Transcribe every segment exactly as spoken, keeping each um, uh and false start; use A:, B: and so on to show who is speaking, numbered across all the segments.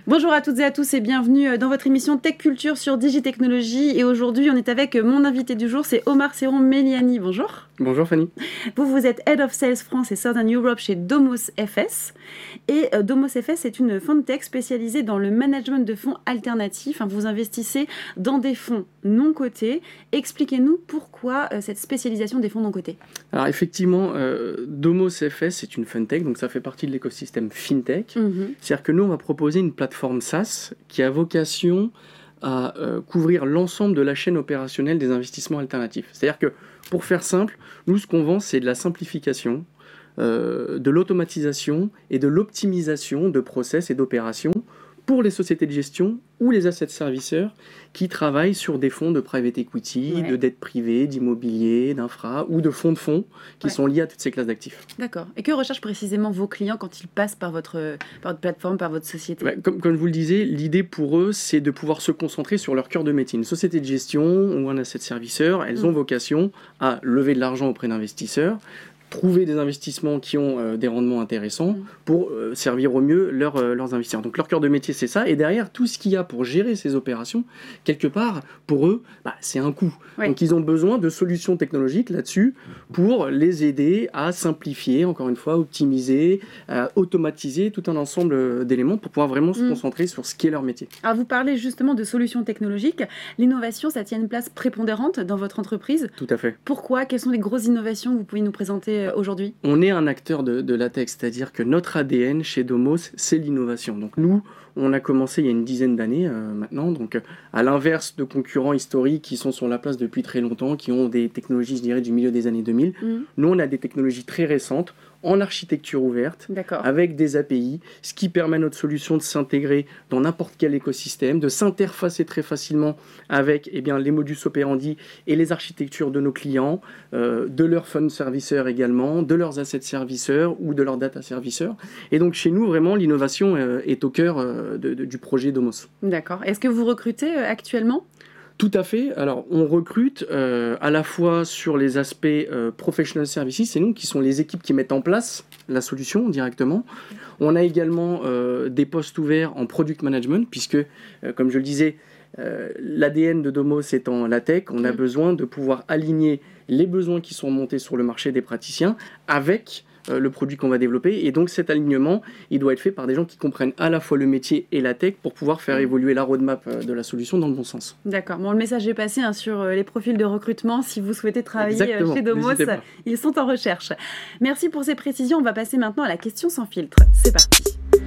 A: Bonjour à toutes et à tous et bienvenue dans votre émission Tech Culture sur Digitechnologie. Et aujourd'hui, on est avec mon invité du jour, c'est Omar Serron-Meliani. Bonjour.
B: Bonjour Fanny.
A: Vous, vous êtes Head of Sales France et Southern Europe chez Domos F S. Et euh, Domos F S est une fintech spécialisée dans le management de fonds alternatifs. Hein, vous investissez dans des fonds non cotés. Expliquez-nous pourquoi euh, cette spécialisation des fonds non cotés.
B: Alors effectivement, euh, Domos F S c'est une fintech, donc ça fait partie de l'écosystème fintech. Mm-hmm. C'est-à-dire que nous, on va proposer une plateforme SaaS qui a vocation à euh, couvrir l'ensemble de la chaîne opérationnelle des investissements alternatifs. C'est-à-dire que, pour faire simple, nous, ce qu'on vend, c'est de la simplification, euh, de l'automatisation et de l'optimisation de process et d'opérations pour les sociétés de gestion ou les asset serviceurs qui travaillent sur des fonds de private equity, ouais. de dette privée, d'immobilier, d'infra ou de fonds de fonds qui ouais. sont liés à toutes ces classes d'actifs.
A: D'accord. Et que recherchent précisément vos clients quand ils passent par votre, par votre plateforme, par votre société ?
B: ouais, comme, comme je vous le disais, l'idée pour eux, c'est de pouvoir se concentrer sur leur cœur de métier. Une société de gestion ou un asset serviceur, elles mmh. ont vocation à lever de l'argent auprès d'investisseurs, trouver des investissements qui ont euh, des rendements intéressants mmh. pour euh, servir au mieux leur, euh, leurs investisseurs. Donc leur cœur de métier, c'est ça. Et derrière, tout ce qu'il y a pour gérer ces opérations, quelque part, pour eux, bah, c'est un coût. Oui. Donc ils ont besoin de solutions technologiques là-dessus pour les aider à simplifier, encore une fois, optimiser, euh, automatiser tout un ensemble d'éléments pour pouvoir vraiment mmh. se concentrer sur ce qui est leur métier.
A: Alors vous parlez justement de solutions technologiques. L'innovation, ça tient une place prépondérante dans votre entreprise ?
B: Tout à fait.
A: Pourquoi ? Quelles sont les grosses innovations que vous pouvez nous présenter aujourd'hui ?
B: On est un acteur de, de la tech, c'est-à-dire que notre A D N chez Domos, c'est l'innovation. Donc nous, on a commencé il y a une dizaine d'années euh, maintenant, donc à l'inverse de concurrents historiques qui sont sur la place depuis très longtemps, qui ont des technologies, je dirais, du milieu des années deux mille. Mmh. Nous, on a des technologies très récentes, en architecture ouverte, D'accord. avec des A P I, ce qui permet à notre solution de s'intégrer dans n'importe quel écosystème, de s'interfacer très facilement avec eh bien, les modus operandi et les architectures de nos clients, euh, de leurs fund serviceurs également, de leurs asset serviceurs ou de leurs data serviceurs. Et donc chez nous, vraiment, l'innovation euh, est au cœur euh, de, de, du projet Domos.
A: D'accord. Est-ce que vous recrutez euh, actuellement ?
B: Tout à fait. Alors, on recrute euh, à la fois sur les aspects euh, professional services, c'est nous qui sont les équipes qui mettent en place la solution directement. On a également euh, des postes ouverts en product management, puisque, euh, comme je le disais, euh, l'A D N de Domos étant la tech, on a mmh. besoin de pouvoir aligner les besoins qui sont montés sur le marché des praticiens avec le produit qu'on va développer, et donc cet alignement il doit être fait par des gens qui comprennent à la fois le métier et la tech pour pouvoir faire évoluer la roadmap de la solution dans le bon sens.
A: D'accord, bon, le message est passé hein, sur les profils de recrutement. Si vous souhaitez travailler
B: Exactement.
A: chez Domos, ils sont en recherche. Merci pour ces précisions. On va passer maintenant à la question sans filtre. C'est parti.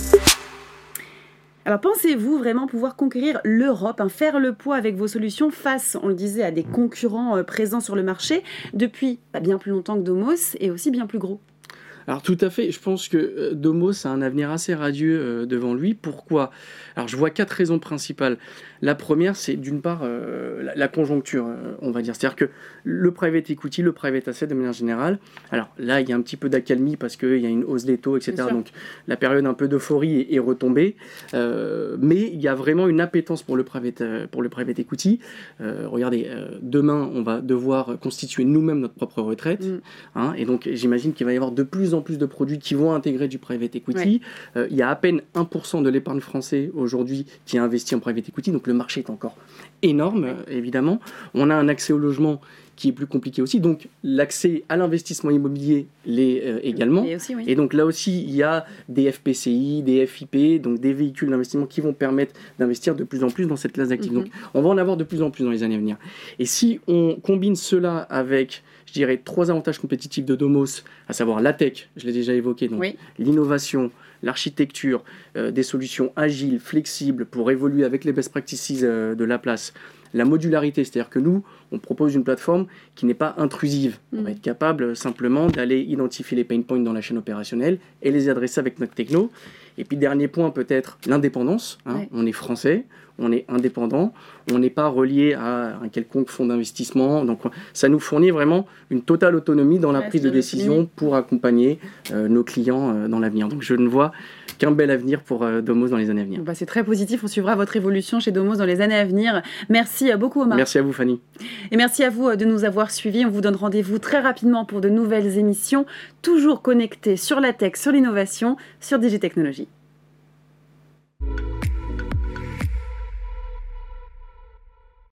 A: Alors, pensez-vous vraiment pouvoir conquérir l'Europe, hein, faire le poids avec vos solutions face, on le disait, à des concurrents euh, présents sur le marché depuis bah, bien plus longtemps que Domos et aussi bien plus gros ?
B: Alors tout à fait, je pense que Domos a un avenir assez radieux euh, devant lui. Pourquoi ? Alors je vois quatre raisons principales. La première, c'est d'une part euh, la, la conjoncture, euh, on va dire. C'est-à-dire que le private equity, le private asset de manière générale, alors là il y a un petit peu d'accalmie parce qu'il y a une hausse des taux, et cetera. Donc la période un peu d'euphorie est, est retombée. Euh, mais il y a vraiment une appétence pour le private, euh, pour le private equity. Euh, regardez, euh, demain on va devoir constituer nous-mêmes notre propre retraite. Mm. Hein, et donc j'imagine qu'il va y avoir de plus en plus de produits qui vont intégrer du private equity. Ouais. Euh, il y a à peine un pour cent de l'épargne français aujourd'hui qui est investi en private equity, donc le marché est encore énorme, euh, évidemment. On a un accès au logement qui est plus compliqué aussi, donc l'accès à l'investissement immobilier l'est euh, également. Et, aussi, oui. Et donc là aussi, il y a des F P C I, des F I P, donc des véhicules d'investissement qui vont permettre d'investir de plus en plus dans cette classe d'actifs. Mm-hmm. Donc on va en avoir de plus en plus dans les années à venir. Et si on combine cela avec, je dirais, trois avantages compétitifs de Domos, à savoir la tech, je l'ai déjà évoqué, donc oui. l'innovation, l'architecture, euh, des solutions agiles, flexibles pour évoluer avec les best practices euh, de la place, la modularité, c'est-à-dire que nous, on propose une plateforme qui n'est pas intrusive. Mmh. On va être capable simplement d'aller identifier les pain points dans la chaîne opérationnelle et les adresser avec notre techno. Et puis dernier point peut-être, l'indépendance. Hein. Ouais. On est français, on est indépendant, on n'est pas relié à un quelconque fonds d'investissement. Donc ça nous fournit vraiment une totale autonomie dans la ouais, prise de décision pour accompagner euh, nos clients euh, dans l'avenir. Donc je ne vois qu'un bel avenir pour euh, Domos dans les années à venir.
A: Bah, c'est très positif, on suivra votre évolution chez Domos dans les années à venir. Merci beaucoup Omar.
B: Merci à vous Fanny.
A: Et merci à vous de nous avoir suivis. On vous donne rendez-vous très rapidement pour de nouvelles émissions, toujours connectées sur la tech, sur l'innovation, sur Digitechnologie.